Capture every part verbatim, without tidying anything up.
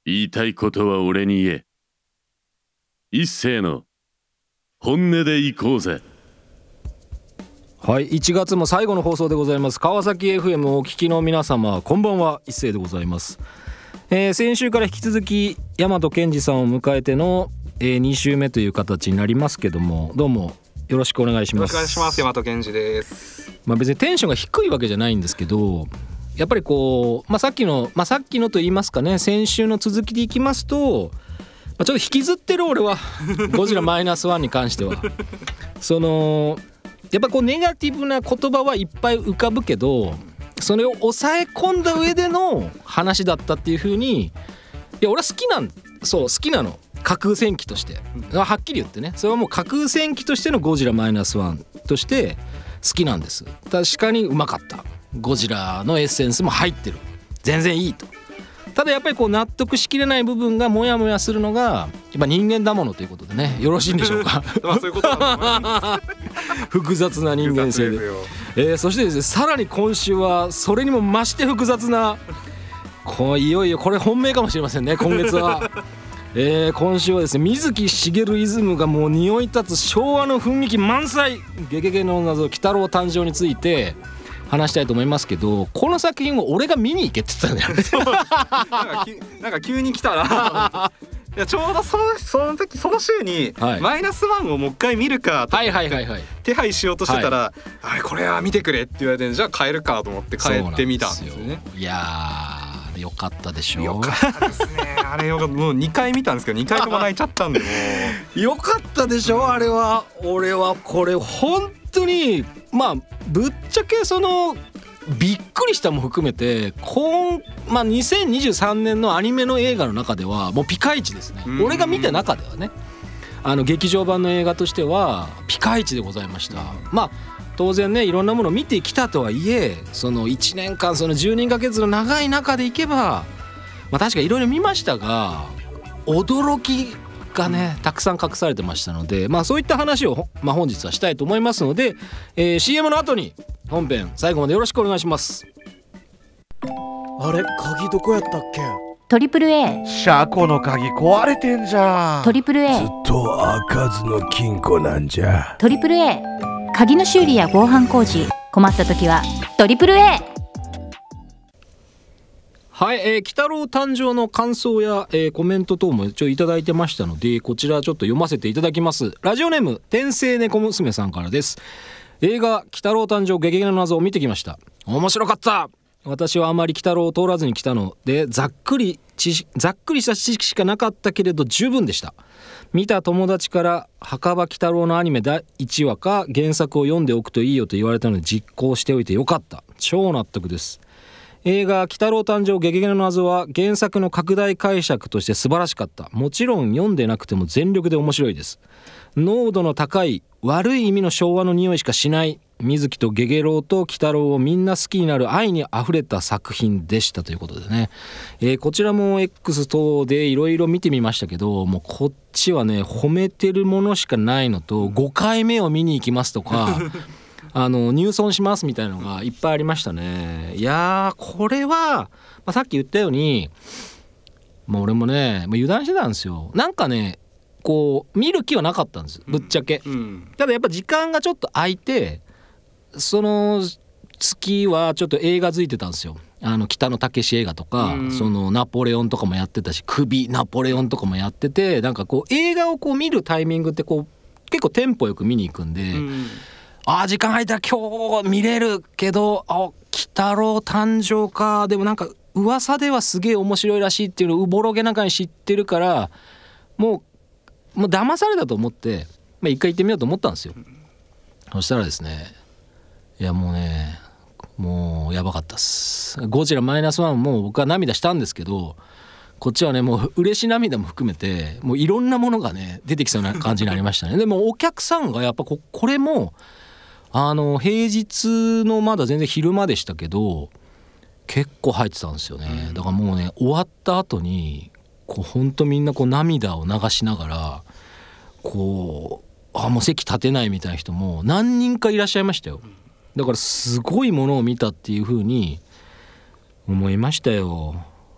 言いたいことは俺に言え。一斉の本音で行こうぜ。 はい、いちがつも最後の放送でございます。川崎 エフエム をお聞きの皆様、こんばんは、一斉でございます。えー、先週から引き続き大和健二さんを迎えての、えー、に週目という形になりますけども、どうもよろしくお願いします。 よろしくお願いします。大和健二です。 まあ、別にテンションが低いわけじゃないんですけど、やっぱりこう、まあ、さっきの、まあ、さっきのと言いますかね、先週の続きでいきますと、まあ、ちょっと引きずってる俺はゴジラマイナスワンに関してはそのやっぱこうネガティブな言葉はいっぱい浮かぶけど、それを抑え込んだ上での話だったっていう風に、いや俺は好きなんそう好きなの、架空戦記としてはっきり言ってね、それはもう架空戦記としてのゴジラマイナスワンとして好きなんです。確かにうまかった、ゴジラのエッセンスも入ってる、全然いいと。ただやっぱりこう納得しきれない部分がモヤモヤするのがやっぱ人間だものということでね、よろしいんでしょうかまあそういうことだと思います複雑な人間性で、えー、そしてですね、さらに今週はそれにも増して複雑な、こういよいよこれ本命かもしれませんね、今月はえー、今週はですね、水木しげるイズムがもう匂い立つ昭和の雰囲気満載、ゲゲゲの謎鬼太郎誕生について話したいと思いますけど、この作品を俺が見に行けって言ったんだよなんかなんか急に来たらいやちょうどそのその時その週に、はい、マイナスワンをもう一回見るかと思って手配しようとしてたら、はい、あれこれは見てくれって言われて、じゃあ帰るかと思って帰ってみたんですよね。 いやーよかったでしょう。 よかったですねあれよもうにかい見たんですけどにかいとも泣いちゃったんでもうよかったでしょあれは。俺はこれ本当にまあぶっちゃけそのびっくりしたも含めて今、まあ、にせんにじゅうさんねんのアニメの映画の中ではもうピカイチですね。俺が見た中ではね、あの劇場版の映画としてはピカイチでございました。まあ当然ね、いろんなものを見てきたとはいえ、そのいちねんかんそのじゅうにかげつの長い中でいけば、まあ、確かいろいろ見ましたが驚きがねたくさん隠されてましたので、まあそういった話を、まあ、本日はしたいと思いますので、えー、シーエム の後に本編最後までよろしくお願いします。 あれ鍵どこやったっけ？ トリプル A 車庫の鍵壊れてんじゃん。 トリプル A ずっと開かずの金庫なんじゃ。 トリプル A 鍵の修理や防犯工事、困った時はトリプル A。 はい、えー、鬼太郎誕生の感想や、えー、コメント等も一応いただいてましたので、こちらちょっと読ませていただきます。ラジオネーム天性猫娘さんからです。映画鬼太郎誕生ゲゲゲの謎を見てきました。面白かった。私はあまり鬼太郎を通らずに来たのでざっくり知ざっくりした知識しかなかったけれど十分でした。見た友達から墓場鬼太郎のアニメだいちわか原作を読んでおくといいよと言われたので実行しておいてよかった。超納得です。映画鬼太郎誕生ゲゲゲの謎は原作の拡大解釈として素晴らしかった。もちろん読んでなくても全力で面白いです。濃度の高い悪い意味の昭和の匂いしかしない水木とゲゲロウと鬼太郎をみんな好きになる愛にあふれた作品でしたということでね、えー、こちらも X 等でいろいろ見てみましたけど、もうこっちはね褒めてるものしかないのと、ごかいめを見に行きますとかあの入村しますみたいなのがいっぱいありましたね。いやーこれは、まあ、さっき言ったようにもう俺もねもう油断してたんですよ。なんかねこう見る気はなかったんですぶっちゃけ、うんうん、ただやっぱ時間がちょっと空いて、その月はちょっと映画付いてたんですよ。あの北野武映画とか、うん、そのナポレオンとかもやってたし、首ナポレオンとかもやってて、なんかこう映画をこう見るタイミングってこう結構テンポよく見に行くんで、うん、あー時間空いたら今日見れるけど、あ鬼太郎誕生か、でもなんか噂ではすげえ面白いらしいっていうのをうぼろげながらに知ってるから、もうもう騙されたと思って、まあ、一回行ってみようと思ったんですよ。そしたらですね、いやもうねもうやばかったっす。ゴジラマイナスワンも僕は涙したんですけど、こっちはねもう嬉し涙も含めてもういろんなものがね出てきそうな感じになりましたね。でもお客さんがやっぱ こ, これもあの平日のまだ全然昼間でしたけど結構入ってたんですよね。だからもうね終わった後にこうほんとみんなこう涙を流しながらこうあもう席立てないみたいな人も何人かいらっしゃいましたよ。だからすごいものを見たっていう風に思いましたよ。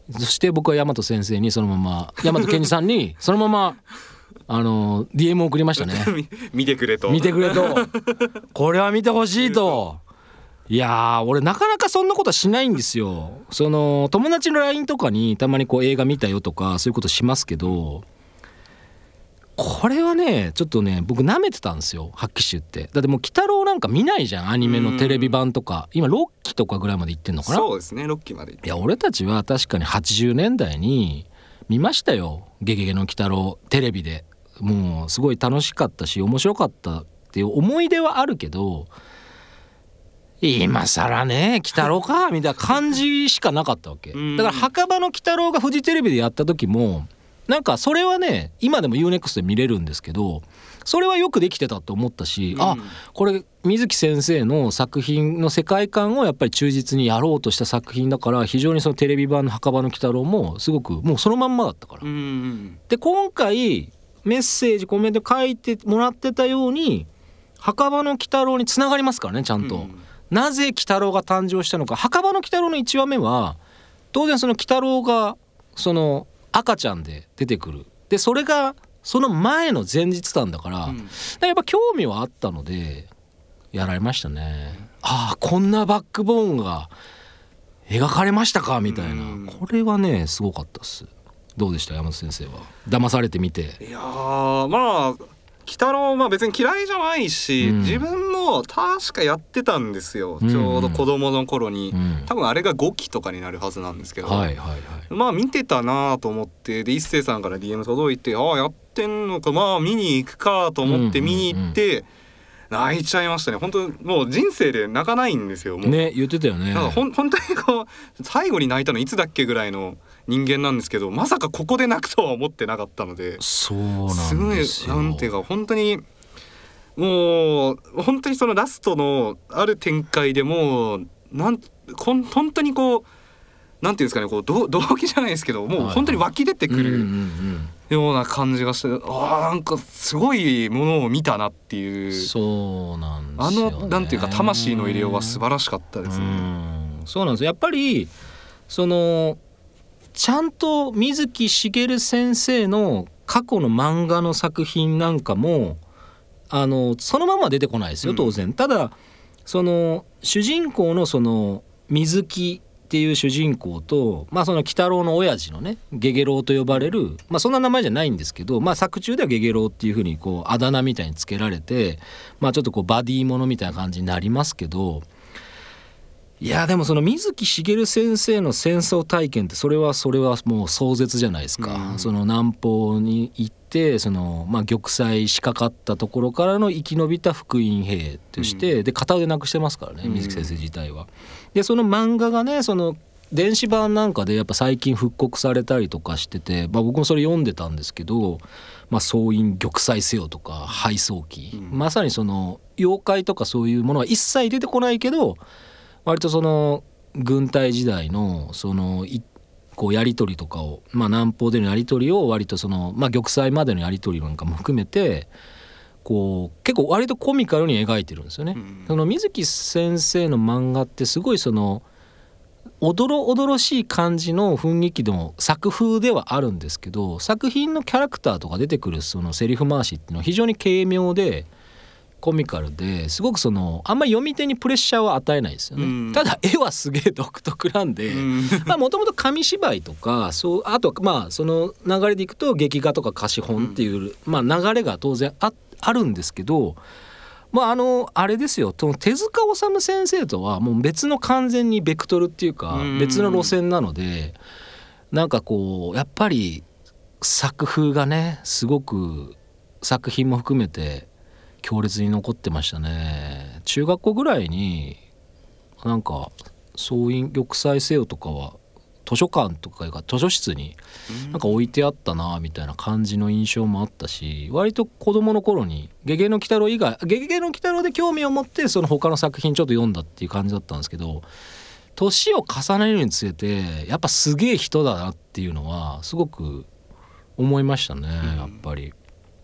そして僕は大和先生にそのまま大和健二さんにそのままあの ディーエム を送りましたね見てくれと見てくれとこれは見てほしいと。いやー俺なかなかそんなことはしないんですよ。その友達の ライン とかにたまにこう映画見たよとかそういうことしますけど、これはねちょっとね僕舐めてたんですよ発揮集って。だってもう鬼太郎なんか見ないじゃん、アニメのテレビ版とか。今ろっきとかぐらいまでいってんのかな。 そうですね、ろっきまで。 いや俺たちは確かにはちじゅうねんだいに見ましたよ、ゲゲゲの鬼太郎テレビで。もうすごい楽しかったし面白かったっていう思い出はあるけど、今更ね鬼太郎かみたいな感じしかなかったわけ。だから墓場の鬼太郎がフジテレビでやった時もなんかそれはね今でも ユーネクスト で見れるんですけど、それはよくできてたと思ったし、あこれ水木先生の作品の世界観をやっぱり忠実にやろうとした作品だから、非常にそのテレビ版の墓場の鬼太郎もすごくもうそのまんまだったから。で今回メッセージコメント書いてもらってたように墓場の鬼太郎につながりますからねちゃんと、うん、なぜ鬼太郎が誕生したのか。墓場の鬼太郎のいちわめは当然その鬼太郎がその赤ちゃんで出てくる。でそれがその前の前日談だから、うん、だからやっぱ興味はあったのでやられましたね。ああこんなバックボーンが描かれましたかみたいな、うん、これはねすごかったっす。どうでした山本先生は騙されてみて。 いやーまあ鬼太郎まあ別に嫌いじゃないし、うん、自分も確かやってたんですよ、うん、ちょうど子供の頃に、うん、多分あれがごきとかになるはずなんですけど、はいはいはい、まあ見てたなと思って、で一星さんから ディーエム 届いて、ああやってんのか、まあ見に行くかと思って見に行って、うんうんうん、泣いちゃいましたね。本当もう人生で泣かないんですよもうね、言ってたよね。 なんかほん本当にこう最後に泣いたのいつだっけぐらいの人間なんですけど、まさかここで泣くとは思ってなかったので、 そうなんですよ。 なんていうか本当にもう本当にそのラストのある展開でもうなんこん本当にこうなんていうんですかね、こう動機じゃないですけどもう本当に湧き出てくるような感じがして、あなんかすごいものを見たなっていう。 そうなんですよね。 あのなんていうか魂の入れようは素晴らしかったですね。 うんそうなんですよ。やっぱりそのちゃんと水木しげる先生の過去の漫画の作品なんかもあのそのまま出てこないですよ当然、うん、ただその主人公のその水木っていう主人公と、まあ、その鬼太郎の親父のねゲゲロウと呼ばれる、まあ、そんな名前じゃないんですけど、まあ、作中ではゲゲロウっていう風にこうあだ名みたいにつけられて、まあ、ちょっとこうバディものみたいな感じになりますけど、いやでもその水木しげる先生の戦争体験ってそれはそれはもう壮絶じゃないですか、うん、その南方に行ってその、まあ、玉砕しかかったところからの生き延びた福音兵として、うん、で片腕なくしてますからね水木先生自体は。でその漫画がねその電子版なんかでやっぱ最近復刻されたりとかしてて、まあ、僕もそれ読んでたんですけど、まあ、総員玉砕せよとか敗走期、うん、まさにその妖怪とかそういうものは一切出てこないけど割とその軍隊時代のそのこうやり取りとかを、まあ、南方でのやり取りを割とその、まあ、玉砕までのやり取りなんかも含めてこう結構割とコミカルに描いてるんですよね、うん、その水木先生の漫画ってすごいそのおどろおどろしい感じの雰囲気の作風ではあるんですけど、作品のキャラクターとか出てくるそのセリフ回しっていうのは非常に軽妙でコミカルですごくそのあんまり読み手にプレッシャーは与えないですよね、うん、ただ絵はすげえ独特なんでもともと紙芝居とかそうあとまあその流れでいくと劇画とか貸本っていう、うん、まあ流れが当然 あ, あるんですけど、まああのあれですよ手塚治虫先生とはもう別の完全にベクトルっていうか別の路線なので、なんかこうやっぱり作風がねすごく作品も含めて強烈に残ってましたね。中学校ぐらいになんか総員玉砕せよとかは図書館とかが図書室になんか置いてあったなみたいな感じの印象もあったし、割と子供の頃にゲゲゲの鬼太郎以外ゲゲゲの鬼太郎で興味を持ってその他の作品ちょっと読んだっていう感じだったんですけど、年を重ねるにつれてやっぱすげえ人だなっていうのはすごく思いましたね、やっぱり。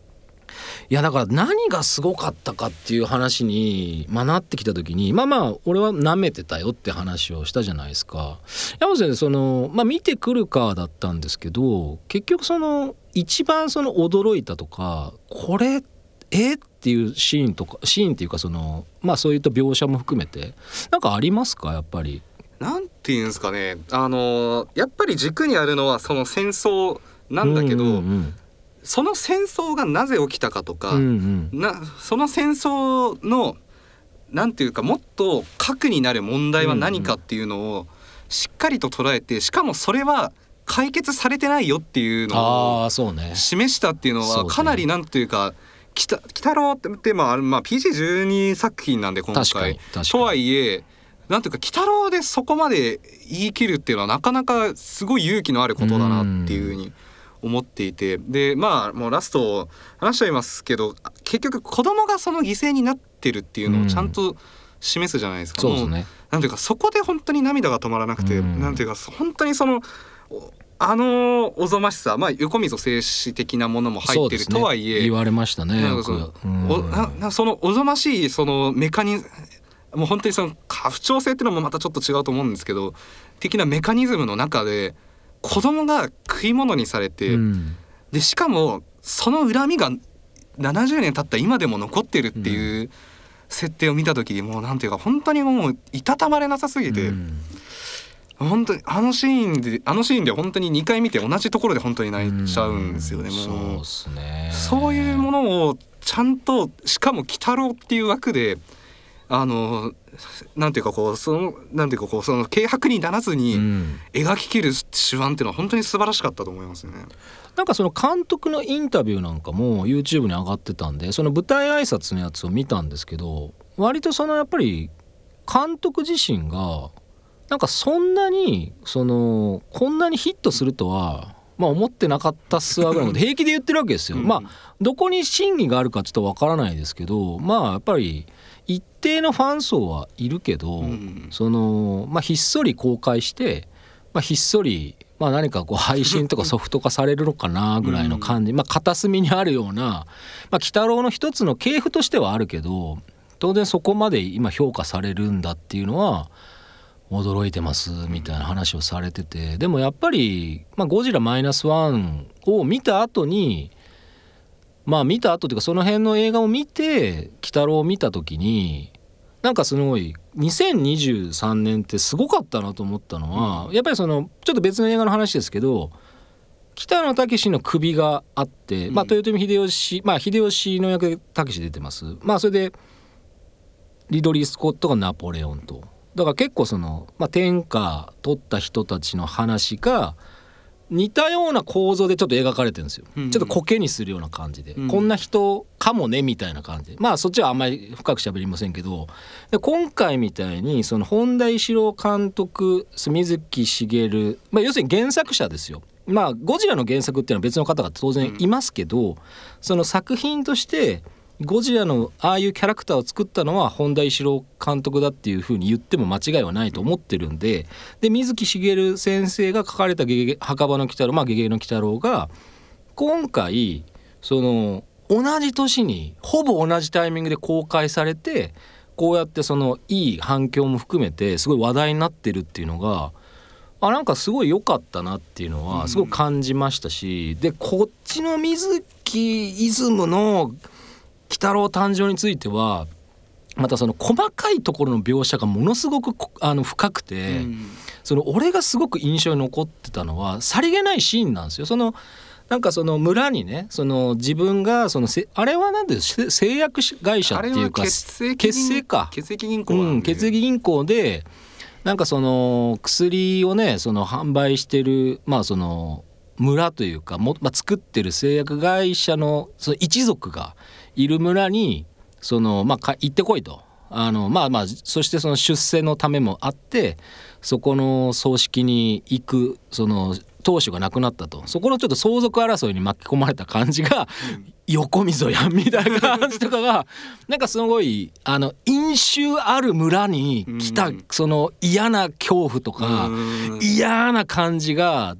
いやだから何がすごかったかっていう話に、まあ、なってきた時にまあまあ俺は舐めてたよって話をしたじゃないですか。山本先生その、まあ、見てくるかだったんですけど結局その一番その驚いたとかこれえっていうシーンとかシーンっていうかそのまあそういった描写も含めてなんかありますかやっぱり。 なんていうんですかねあのやっぱり軸にあるのはその戦争なんだけど、うんうんうんその戦争がなぜ起きたかとか、うんうん、なその戦争のなんていうかもっと核になる問題は何かっていうのをしっかりと捉えてしかもそれは解決されてないよっていうのを示したっていうのはかなりなんていうか鬼太郎ってまあ、まあ、ピージーじゅうに 作品なんで今回とはいえなんていうか鬼太郎でそこまで言い切るっていうのはなかなかすごい勇気のあることだなっていうふうに思っていてでまあもうラスト話しちゃいますけど結局子供がその犠牲になってるっていうのをちゃんと示すじゃないですか、うん、そうですね。なんていうかそこで本当に涙が止まらなくて、うん、なんていうか本当にそのあのおぞましさ、まあ、横溝静止的なものも入ってるとはいえ、 ね、言われましたね。 なんかその、うん、おななそのおぞましいそのメカニズムもう本当にその家父長制っていうのもまたちょっと違うと思うんですけど的なメカニズムの中で子供が食い物にされて、うん、でしかもその恨みがななじゅうねん経った今でも残ってるっていう設定を見た時にもうなんていうか本当にもういたたまれなさすぎて、うん、本当にあのシーンであのシーンで本当ににかい見て同じところで本当に泣いちゃうんですよね。うん、もうそうですね。そういうものをちゃんとしかも鬼太郎っていう枠であのなんていうかこうそのなんていうかこうその軽薄にならずに描ききる手腕っていうのは本当に素晴らしかったと思いますね。 なんかその監督のインタビューなんかも YouTube に上がってたんでその舞台挨拶のやつを見たんですけど割とそのやっぱり監督自身がなんかそんなにそのこんなにヒットするとはまあ思ってなかったっすわぐらいのこと平気で言ってるわけですよ。まあどこに真偽があるかちょっとわからないですけどまあやっぱり一定のファン層はいるけど、うん、そのまあひっそり公開して、まあ、ひっそりまあ何かこう配信とかソフト化されるのかなぐらいの感じ、うん、まあ片隅にあるような、まあ、鬼太郎の一つの系譜としてはあるけど当然そこまで今評価されるんだっていうのは驚いてますみたいな話をされててでもやっぱり、まあ、ゴジラマイナスワンを見た後にまあ見た後というかその辺の映画を見て鬼太郎を見た時になんかすごいにせんにじゅうさんねんってすごかったなと思ったのは、うん、やっぱりそのちょっと別の映画の話ですけど北野武の首があって、うんまあ、豊臣秀吉まあ秀吉の役で武出てます。まあそれでリドリー・スコットがナポレオンとだから結構その、まあ、天下取った人たちの話が似たような構造でちょっと描かれてるんですよ、うん、ちょっと苔にするような感じで、うん、こんな人かもねみたいな感じでまあそっちはあんまり深く喋りませんけどで今回みたいにその本田一郎監督水木しげる、まあ、要するに原作者ですよ。まあゴジラの原作っていうのは別の方が当然いますけど、うん、その作品としてゴジラのああいうキャラクターを作ったのは本田一郎監督だっていう風に言っても間違いはないと思ってるんで、で水木しげる先生が書かれたゲゲゲ墓場の鬼太郎まあゲゲゲの鬼太郎が今回その同じ年にほぼ同じタイミングで公開されてこうやってそのいい反響も含めてすごい話題になってるっていうのがあなんかすごい良かったなっていうのはすごく感じましたし、でこっちの水木イズムの鬼太郎誕生についてはまたその細かいところの描写がものすごくあの深くて、うん、その俺がすごく印象に残ってたのはさりげないシーンなんですよ。そのなんかその村にねその自分がそのせあれは何で製薬会社っていうか血清か血液銀行なんで、 うん、血液銀行でなんかその薬をねその販売してるまあその村というかも、まあ、作ってる製薬会社のその一族がいる村にその、まあ、行ってこいとあの、まあまあ、そしてその出世のためもあってそこの葬式に行くその当主が亡くなったとそこのちょっと相続争いに巻き込まれた感じが、うん、横溝やんみたいな感じとかがなんかすごいあの飲酒ある村に来たその嫌な恐怖とか嫌な感じが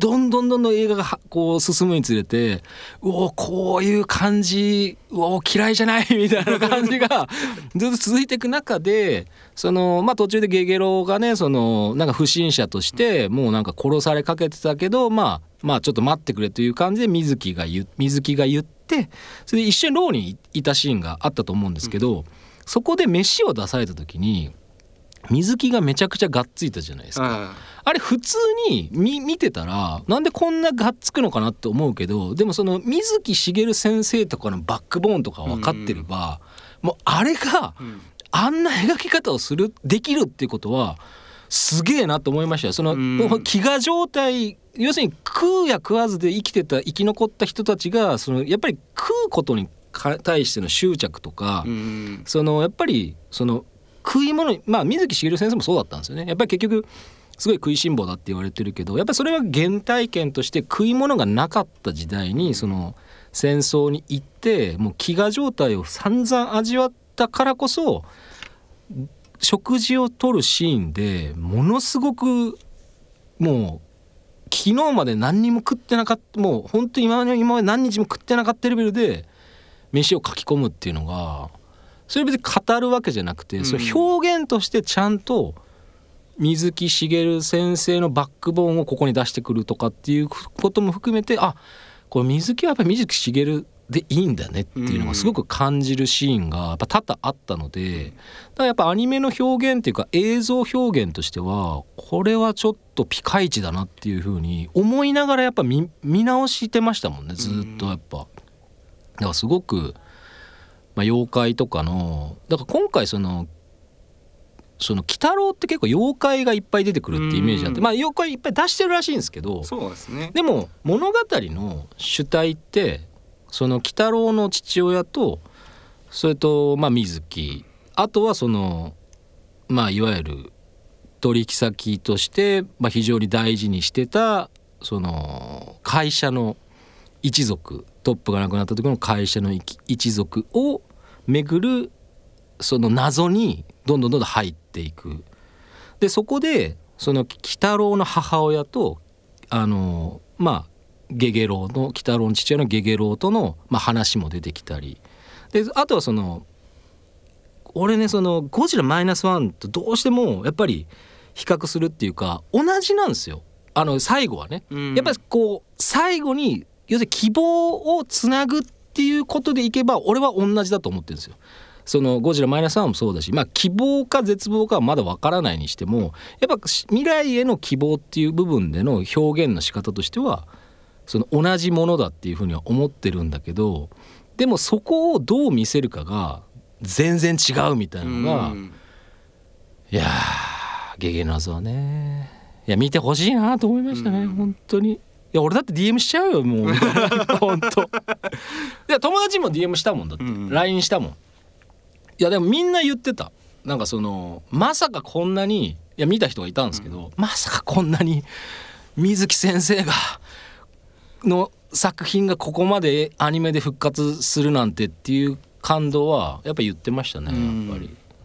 どんどんどんどん映画がこう進むにつれて、うおこういう感じ、うお嫌いじゃないみたいな感じがずっと続いていく中で、そのまあ途中でゲゲロがね、そのなんか不審者としてもうなんか殺されかけてたけど、まあまあちょっと待ってくれという感じで水木が言水木が言って、それで一緒に牢にいたシーンがあったと思うんですけど、そこで飯を出された時に水木がめちゃくちゃがっついたじゃないですか。あれ普通に 見, 見てたらなんでこんながっつくのかなって思うけど、でもその水木しげる先生とかのバックボーンとか分かってれば、もうあれがあんな描き方をするできるっていうことはすげえなと思いましたよ。その飢餓状態、要するに食うや食わずで生きてた生き残った人たちがそのやっぱり食うことに対しての執着とか、そのやっぱりその食い物、まあ水木しげる先生もそうだったんですよね。やっぱり結局すごい食いしん坊だって言われてるけど、やっぱりそれは原体験として食い物がなかった時代にその戦争に行ってもう飢餓状態を散々味わったからこそ、食事をとるシーンでものすごくもう昨日まで何にも食ってなかった、もう本当に今まで今まで何日も食ってなかったレベルで飯を書き込むっていうのが、それ別に語るわけじゃなくて、うん、それ表現としてちゃんと水木しげる先生のバックボーンをここに出してくるとかっていうことも含めて、あ、これ水木はやっぱり水木しげるでいいんだねっていうのがすごく感じるシーンがやっぱ多々あったので、だからやっぱアニメの表現っていうか映像表現としてはこれはちょっとピカイチだなっていう風に思いながらやっぱ 見, 見直してましたもんね、ずっとやっぱ。だからすごく、まあ、妖怪とかのだから今回そのその鬼太郎って結構妖怪がいっぱい出てくるってイメージあって、まあ妖怪いっぱい出してるらしいんですけど、 そうですね。 でも物語の主体ってその鬼太郎の父親とそれとまあ水木、あとはそのまあいわゆる取引先としてまあ非常に大事にしてたその会社の一族、トップが亡くなった時の会社の一族をめぐるその謎にどんどんどんどん入っていく。でそこでその鬼太郎の母親とあのまあゲゲロウの鬼太郎の父親のゲゲロウとの、まあ、話も出てきたりで、あとはその俺ねそのゴジラマイナスワンとどうしてもやっぱり比較するっていうか同じなんですよ。あの最後はね、うん、やっぱりこう最後に要するに希望をつなぐっていうことでいけば俺は同じだと思ってるんですよ。そのゴジラマイナスワンもそうだし、まあ希望か絶望かはまだわからないにしてもやっぱ未来への希望っていう部分での表現の仕方としてはその同じものだっていうふうには思ってるんだけど、でもそこをどう見せるかが全然違うみたいなのが、いやーゲゲ謎はね、いや見てほしいなと思いましたね、本当に。いや俺だって ディーエム しちゃうよもう本当。いや友達も ディーエム したもんだって、うん、ライン したもん。いやでもみんな言ってた、なんかそのまさかこんなに、いや見た人がいたんですけど、うん、まさかこんなに水木先生がの作品がここまでアニメで復活するなんてっていう感動はやっぱ言ってましたね、やっぱり。うん、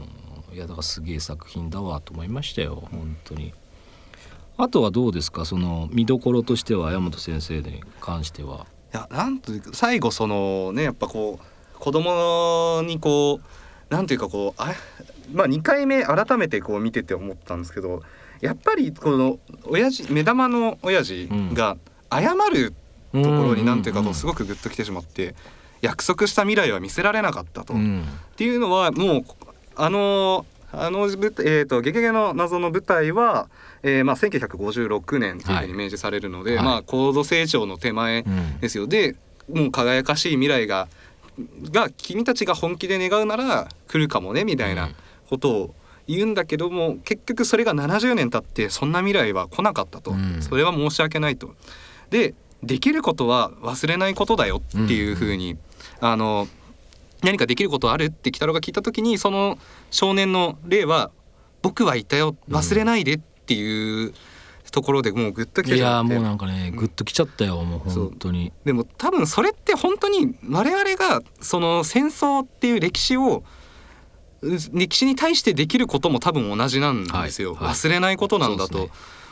いやだからすげえ作品だわと思いましたよ本当に。あとはどうですか、その見どころとしては山本先生に関しては。 いやなんというか最後そのねやっぱこう子供にこうなんていうかこうあまあにかいめ改めてこう見てて思ったんですけど、やっぱりこの親父目玉の親父が謝るところになんていうかこうすごくグッときてしまって、約束した未来は見せられなかったと、うん、っていうのはもうあのあの、えーと、ゲゲゲの謎の舞台は、えーまあ、せんきゅうひゃくごじゅうろくねんというふうに明示されるので、はいまあ、高度成長の手前ですよ、うん、でもう輝かしい未来がが君たちが本気で願うなら来るかもねみたいなことを言うんだけども、結局それがななじゅうねん経ってそんな未来は来なかったと、うん、それは申し訳ないと。でできることは忘れないことだよっていうふうに、うん、あの何かできることあるって鬼太郎が聞いた時にその少年の例は僕はいたよ忘れないでっていうところでもうグッときちゃって、いやもうなんかねグッときちゃったよ、うん、もう本当に。 でも多分それって本当に我々がその戦争っていう歴史を歴史に対してできることも多分同じなんですよ、はいはい、忘れないことなんだと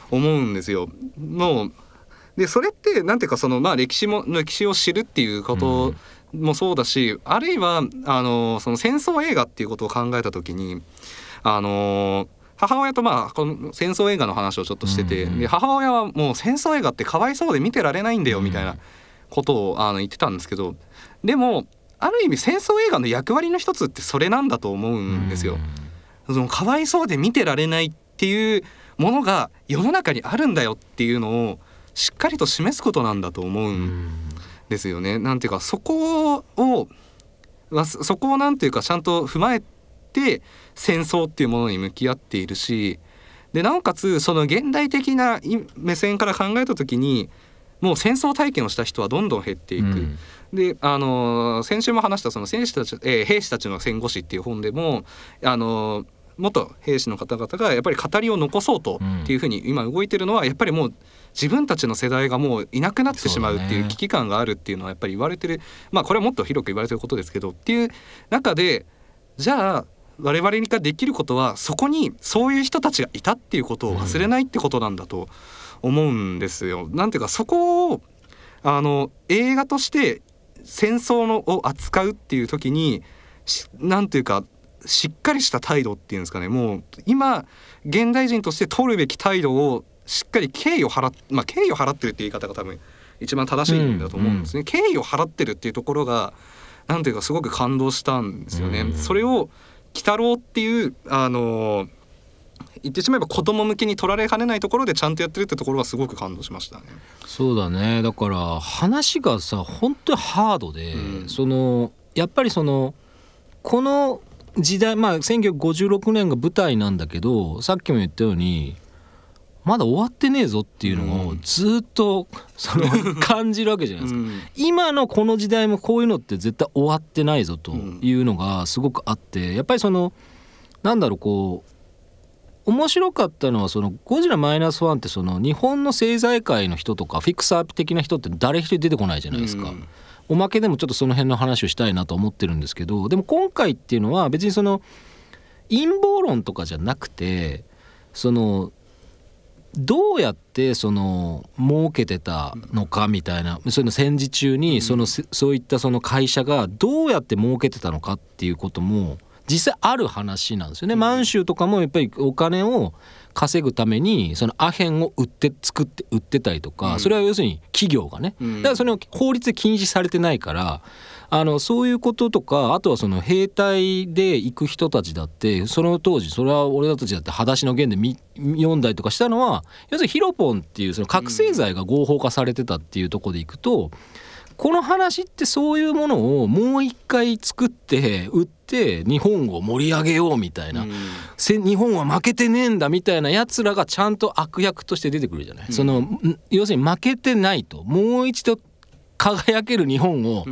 思うんですよ。もうでそれってなんていうかその、まあ、歴史も歴史を知るっていうこともそうだし、うん、あるいはあのその戦争映画っていうことを考えた時にあの母親とまあこの戦争映画の話をちょっとしてて、うんうん、で母親はもう戦争映画ってかわいそうで見てられないんだよみたいなことをあの言ってたんですけど、でもある意味戦争映画の役割の一つってそれなんだと思うんですよ。そのかわいそうで見てられないっていうものが世の中にあるんだよっていうのをしっかりと示すことなんだと思うんですよね。なんていうかそこをそこをなんていうかちゃんと踏まえて戦争っていうものに向き合っているし、でなおかつその現代的な目線から考えた時にもう戦争体験をした人はどんどん減っていく、うん、であの先週も話したその戦士たち、えー、兵士たちの戦後史っていう本でもあの元兵士の方々がやっぱり語りを残そうとっていうふうに今動いてるのはやっぱりもう自分たちの世代がもういなくなってしまうっていう危機感があるっていうのはやっぱり言われてる、まあこれはもっと広く言われてることですけどっていう中で、じゃあ我々ができることはそこにそういう人たちがいたっていうことを忘れないってことなんだと思うんですよ。なんていうかそこをあの映画として戦争のを扱うっていう時になんていうかしっかりした態度っていうんですかね、もう今現代人として取るべき態度をしっかり敬意を払っ、まあ、敬意を払ってるって言い方が多分一番正しいんだと思うんですね、うんうん、敬意を払ってるっていうところがなんていうかすごく感動したんですよね、うんうん、それを鬼太郎っていうあの言ってしまえば子供向けに取られかねないところでちゃんとやってるってところはすごく感動しましたね。 そうだね、だから話がさ本当にハードで、うん、そのやっぱりそのこの時代、まあせんきゅうひゃくごじゅうろくねんが舞台なんだけど、さっきも言ったようにまだ終わってねえぞっていうのをずっとその感じるわけじゃないですか、うん、今のこの時代もこういうのって絶対終わってないぞというのがすごくあって、やっぱりそのなんだろうこう面白かったのはそのゴジラマイナスワンってその日本の政財界の人とかフィクサー的な人って誰一人出てこないじゃないですか、うん、おまけでもちょっとその辺の話をしたいなと思ってるんですけど、でも今回っていうのは別にその陰謀論とかじゃなくてそのどうやってその儲けてたのかみたいな、その戦時中にそのそういったその会社がどうやって儲けてたのかっていうことも実際ある話なんですよね。満州とかもやっぱりお金を稼ぐためにそのアヘンを売って作って売ってたりとか、それは要するに企業がね、だからそれを法律で禁止されてないから、あのそういうこととか、あとはその兵隊で行く人たちだってその当時それは俺たちだって裸足の弦で読んだりとかしたのは要するにヒロポンっていうその覚醒剤が合法化されてたっていうところでいくと、この話ってそういうものをもう一回作って売って日本を盛り上げようみたいな、うん、日本は負けてねえんだみたいなやつらがちゃんと悪役として出てくるじゃない、うん、その要するに負けてないと、もう一度輝ける日本を、うん、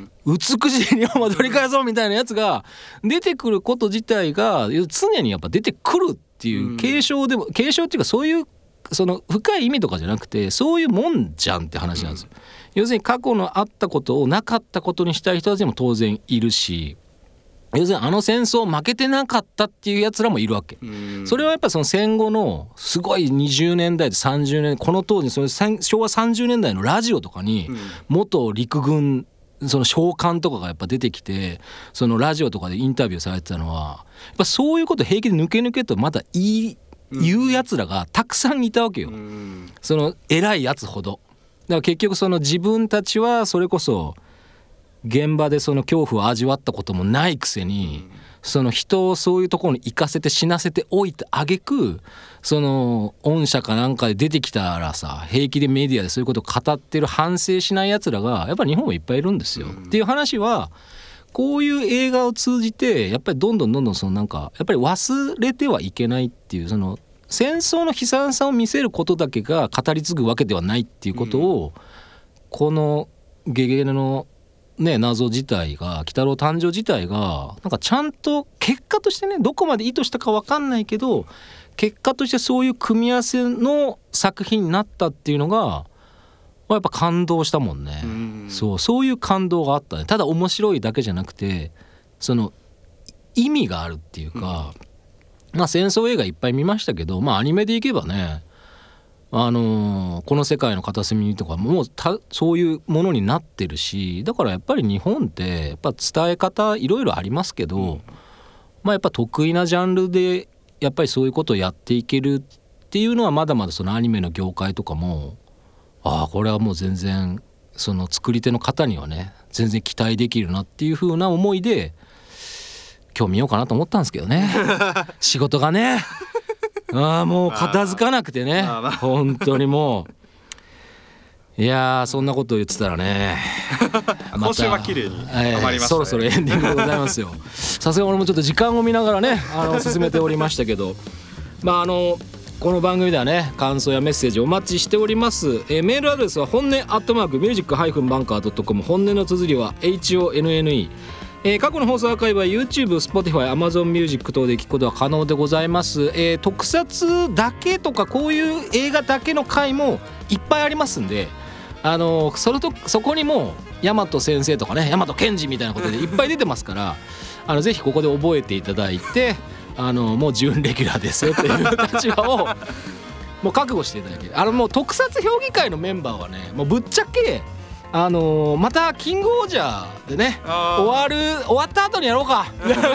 美しい日本を取り返そうみたいなやつが出てくること自体が常にやっぱ出てくるっていう継承でも、継承っていうかそういうその深い意味とかじゃなくてそういうもんじゃんって話なんですよ、うん、要するに過去のあったことをなかったことにしたい人たちも当然いるし、要するにあの戦争負けてなかったっていうやつらもいるわけ。それはやっぱりその戦後のすごいにじゅうねんだいでさんじゅうねん、この当時そのしょうわさんじゅうねんだいのラジオとかに元陸軍その将官とかがやっぱ出てきてそのラジオとかでインタビューされてたのは、やっぱそういうこと平気で抜け抜けとまだ言い言うやつらがたくさんいたわけよ、その偉いやつほど。だから結局その自分たちはそれこそ現場でその恐怖を味わったこともないくせに、その人をそういうところに行かせて死なせておいてあげく、その御社かなんかで出てきたらさ平気でメディアでそういうことを語ってる反省しないやつらがやっぱり日本はいっぱいいるんですよ、うん、っていう話はこういう映画を通じてやっぱりどんどんどんどんそのなんかやっぱり忘れてはいけないっていう、その戦争の悲惨さを見せることだけが語り継ぐわけではないっていうことを、うん、このゲゲゲのね謎自体が鬼太郎誕生自体がなんかちゃんと結果としてね、どこまで意図したか分かんないけど結果としてそういう組み合わせの作品になったっていうのがやっぱ感動したもんね、うん、そうそういう感動があったね。ただ面白いだけじゃなくてその意味があるっていうか、うん、まあ戦争映画いっぱい見ましたけど、まあアニメでいけばねあのー、この世界の片隅とかもうたそういうものになってるし、だからやっぱり日本ってやっぱ伝え方いろいろありますけど、うん、まあやっぱ得意なジャンルでやっぱりそういうことをやっていけるっていうのはまだまだそのアニメの業界とかもああこれはもう全然その作り手の方にはね全然期待できるなっていう風な思いで今日見ようかなと思ったんですけどね仕事がねああもう片付かなくてね本当にもういやそんなことを言ってたらねま、今週は綺麗に余りましたね、えー、 そろそろエンディングでございますよさすが俺もちょっと時間を見ながらねあの進めておりましたけどまああのこの番組ではね感想やメッセージお待ちしております、えー、メールアドレスは本音アットマークミュージックハイフンバンカードットコム本音の綴りは エイチオーエヌエヌイー、えー、過去の放送アーカイブは YouTube、Spotify、Amazon Music 等で聞くことが可能でございます、えー、特撮だけとかこういう映画だけの回もいっぱいありますんであのー、それとそこにも大和先生とかね大和賢治みたいなことでいっぱい出てますからあのぜひここで覚えていただいてあのもう準レギュラーですよという立場をもう覚悟していただけるあのもう特撮評議会のメンバーはねもうぶっちゃけあのー、またキングオージャーでね終わる終わった後にやろうか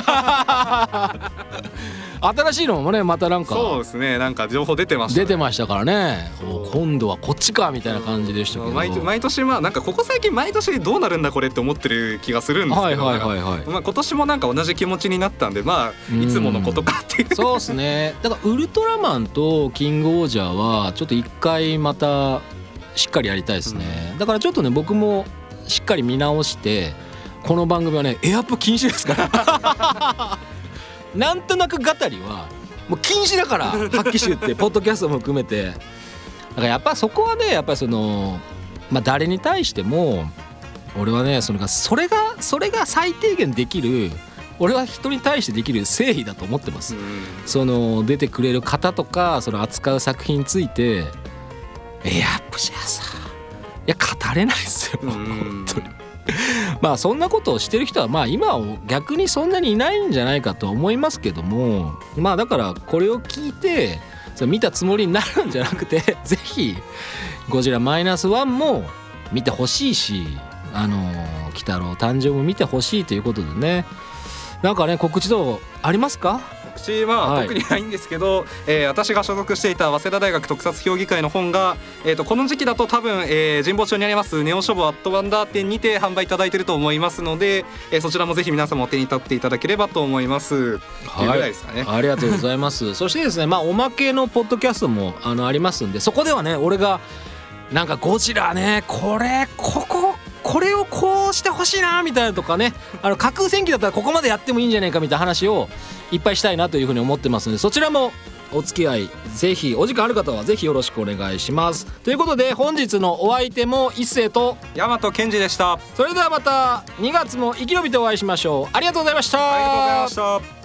新しいのもねまたなんかそうですねなんか情報出てました、 ね、出てましたからね今度はこっちかみたいな感じでしたけど毎, 毎年まあなんかここ最近毎年どうなるんだこれって思ってる気がするんですけど、はいはいはいはいまあ、今年もなんか同じ気持ちになったんでまあいつものことかっていうそうですねだからウルトラマンとキングオージャーはちょっと一回またしっかりやりたいですね、うん、だからちょっとね僕もしっかり見直してこの番組はねエアップ禁止ですからなんとなく語りはもう禁止だから発揮集ってポッドキャストも含めてだからやっぱそこはねやっぱりそのまあ誰に対しても俺はねそれがそれがそれが最低限できる俺は人に対してできる誠意だと思ってます、うん、その出てくれる方とかその扱う作品についてエアップじゃさいや語れないですよ、うん、本当にまあそんなことをしてる人はまあ今は逆にそんなにいないんじゃないかと思いますけどもまあだからこれを聞いて見たつもりになるんじゃなくてぜひゴジラマイナスワンも見てほしいしあの鬼太郎誕生も見てほしいということでねなんかね告知等ありますか？ 告知は特にないんですけど、はいえー、私が所属していた早稲田大学特撮評議会の本が、えー、とこの時期だと多分、えー、神保町にありますネオ書房アットワンダー店にて販売いただいていると思いますので、えー、そちらもぜひ皆様お手に取っていただければと思います。 はい、ぐらいですかね。ありがとうございますそしてですね、まあ、おまけのポッドキャストもあのありますんでそこではね俺がなんかゴジラねこれこここれをこうしてほしいなみたいなとかねあの架空戦記だったらここまでやってもいいんじゃないかみたいな話をいっぱいしたいなというふうに思ってますのでそちらもお付き合いぜひお時間ある方はぜひよろしくお願いしますということで本日のお相手も一星と大和賢治でした。 それではまたにがつも生き延びてお会いしましょう。ありがとうございました。 ありがとうございました。